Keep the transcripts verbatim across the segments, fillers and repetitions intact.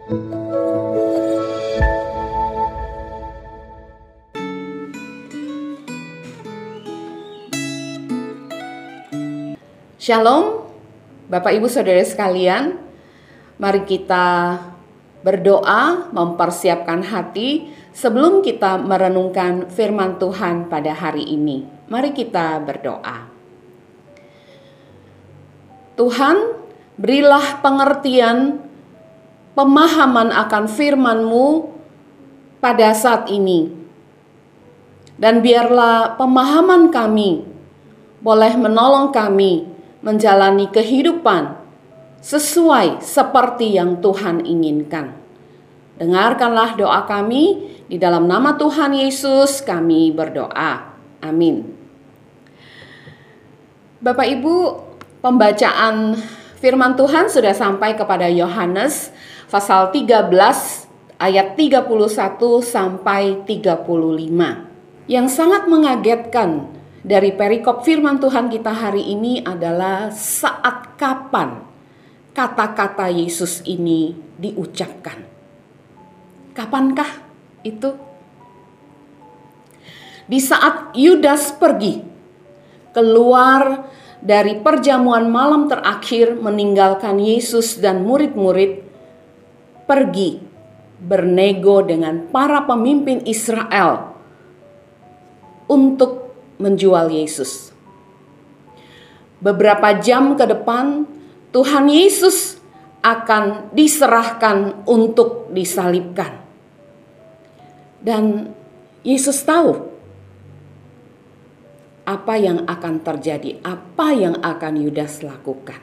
Shalom, Bapak Ibu Saudara sekalian. Mari kita berdoa, mempersiapkan hati sebelum kita merenungkan firman Tuhan pada hari ini. Mari kita berdoa. Tuhan, berilah pengertian, pemahaman akan firman-Mu pada saat ini. Dan biarlah pemahaman kami boleh menolong kami menjalani kehidupan sesuai seperti yang Tuhan inginkan. Dengarkanlah doa kami, di dalam nama Tuhan Yesus kami berdoa. Amin. Bapak Ibu, pembacaan firman Tuhan sudah sampai kepada Yohanes pasal tiga belas ayat tiga puluh satu sampai tiga puluh lima. Yang sangat mengagetkan dari perikop firman Tuhan kita hari ini adalah saat kapan kata-kata Yesus ini diucapkan. Kapankah itu? Di saat Yudas pergi keluar dari perjamuan malam terakhir meninggalkan Yesus dan murid-murid, pergi bernego dengan para pemimpin Israel untuk menjual Yesus. Beberapa jam ke depan Tuhan Yesus akan diserahkan untuk disalibkan. Dan Yesus tahu apa yang akan terjadi, apa yang akan Yudas lakukan.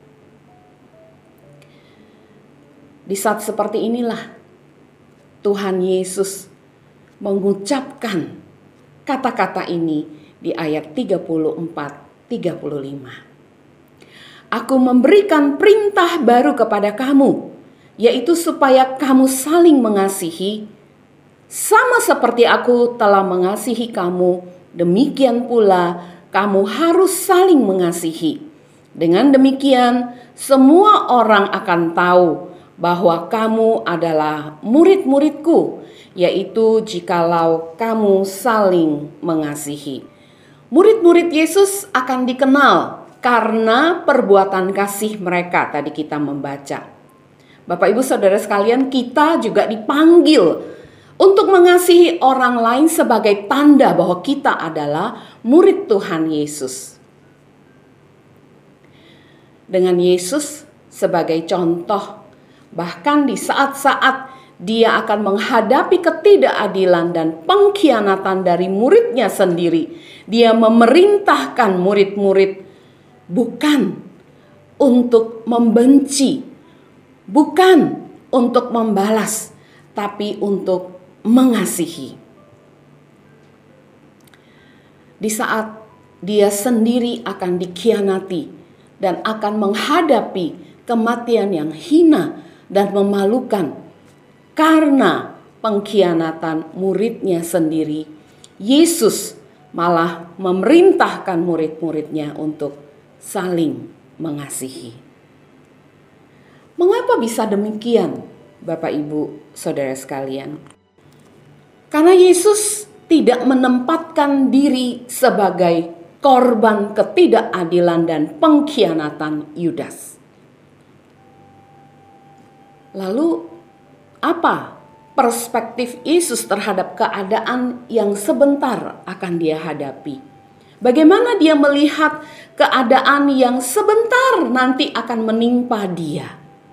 Di saat seperti inilah Tuhan Yesus mengucapkan kata-kata ini di ayat tiga puluh empat tiga puluh lima. Aku memberikan perintah baru kepada kamu, yaitu supaya kamu saling mengasihi, sama seperti aku telah mengasihi kamu, demikian pula kamu harus saling mengasihi. Dengan demikian, semua orang akan tahu bahwa kamu adalah murid-muridku, yaitu jikalau kamu saling mengasihi. Murid-murid Yesus akan dikenal karena perbuatan kasih mereka. Tadi kita membaca. Bapak Ibu Saudara sekalian, kita juga dipanggil untuk mengasihi orang lain sebagai tanda bahwa kita adalah murid Tuhan Yesus. Dengan Yesus sebagai contoh, bahkan di saat-saat Dia akan menghadapi ketidakadilan dan pengkhianatan dari muridnya sendiri, Dia memerintahkan murid-murid bukan untuk membenci, bukan untuk membalas, tapi untuk mengasihi. Di saat Dia sendiri akan dikhianati dan akan menghadapi kematian yang hina dan memalukan karena pengkhianatan muridnya sendiri, Yesus malah memerintahkan murid-muridnya untuk saling mengasihi. Mengapa bisa demikian, Bapak Ibu Saudara sekalian? Karena Yesus tidak menempatkan diri sebagai korban ketidakadilan dan pengkhianatan Yudas. Lalu apa perspektif Yesus terhadap keadaan yang sebentar akan Dia hadapi? Bagaimana Dia melihat keadaan yang sebentar nanti akan menimpa Dia?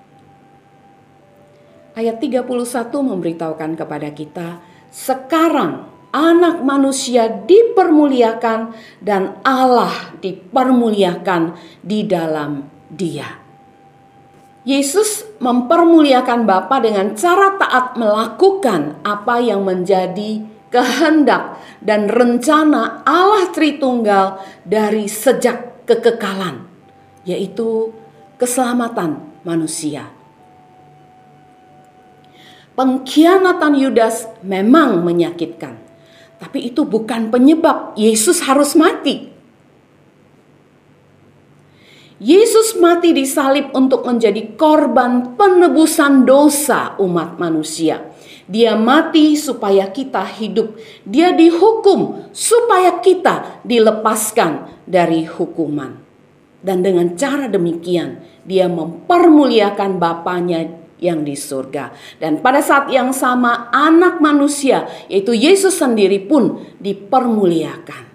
Ayat tiga puluh satu memberitahukan kepada kita, sekarang Anak Manusia dipermuliakan dan Allah dipermuliakan di dalam Dia. Yesus mempermuliakan Bapa dengan cara taat melakukan apa yang menjadi kehendak dan rencana Allah Tritunggal dari sejak kekekalan, yaitu keselamatan manusia. Pengkhianatan Yudas memang menyakitkan, tapi itu bukan penyebab Yesus harus mati. Yesus mati di salib untuk menjadi korban penebusan dosa umat manusia. Dia mati supaya kita hidup. Dia dihukum supaya kita dilepaskan dari hukuman. Dan dengan cara demikian, dia mempermuliakan Bapanya yang di surga. Dan pada saat yang sama, anak manusia, yaitu Yesus sendiri pun dipermuliakan.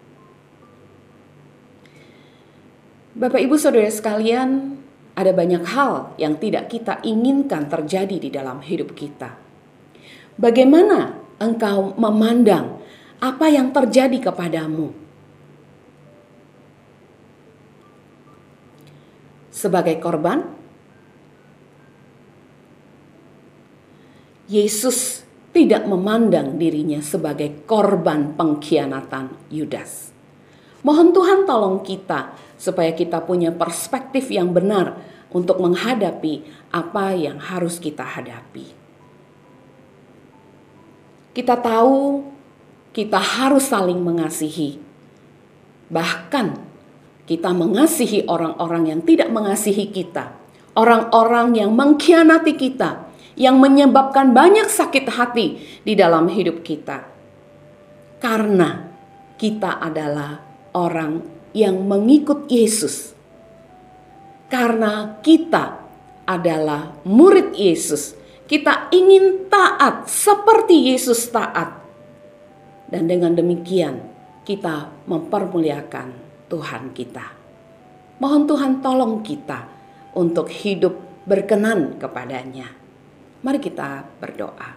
Bapak, Ibu, Saudara sekalian, ada banyak hal yang tidak kita inginkan terjadi di dalam hidup kita. Bagaimana engkau memandang apa yang terjadi kepadamu? Sebagai korban, Yesus tidak memandang dirinya sebagai korban pengkhianatan Yudas. Mohon Tuhan tolong kita supaya kita punya perspektif yang benar untuk menghadapi apa yang harus kita hadapi. Kita tahu kita harus saling mengasihi. Bahkan kita mengasihi orang-orang yang tidak mengasihi kita. Orang-orang yang mengkhianati kita. Yang menyebabkan banyak sakit hati di dalam hidup kita. Karena kita adalah orang yang mengikut Yesus. Karena kita adalah murid Yesus. Kita ingin taat seperti Yesus taat. Dan dengan demikian kita mempermuliakan Tuhan kita. Mohon Tuhan tolong kita untuk hidup berkenan kepadanya. Mari kita berdoa.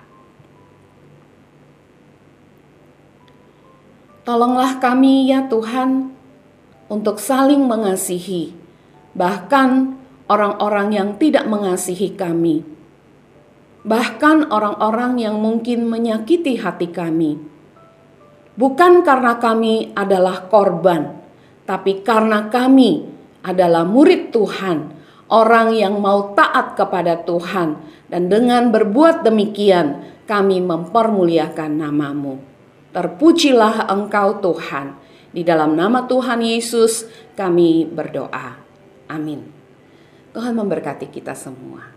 Tolonglah kami ya Tuhan untuk saling mengasihi, bahkan orang-orang yang tidak mengasihi kami, bahkan orang-orang yang mungkin menyakiti hati kami. Bukan karena kami adalah korban, tapi karena kami adalah murid Tuhan, orang yang mau taat kepada Tuhan, dan dengan berbuat demikian kami mempermuliakan nama-Mu. Terpujilah Engkau Tuhan. Di dalam nama Tuhan Yesus kami berdoa. Amin. Tuhan memberkati kita semua.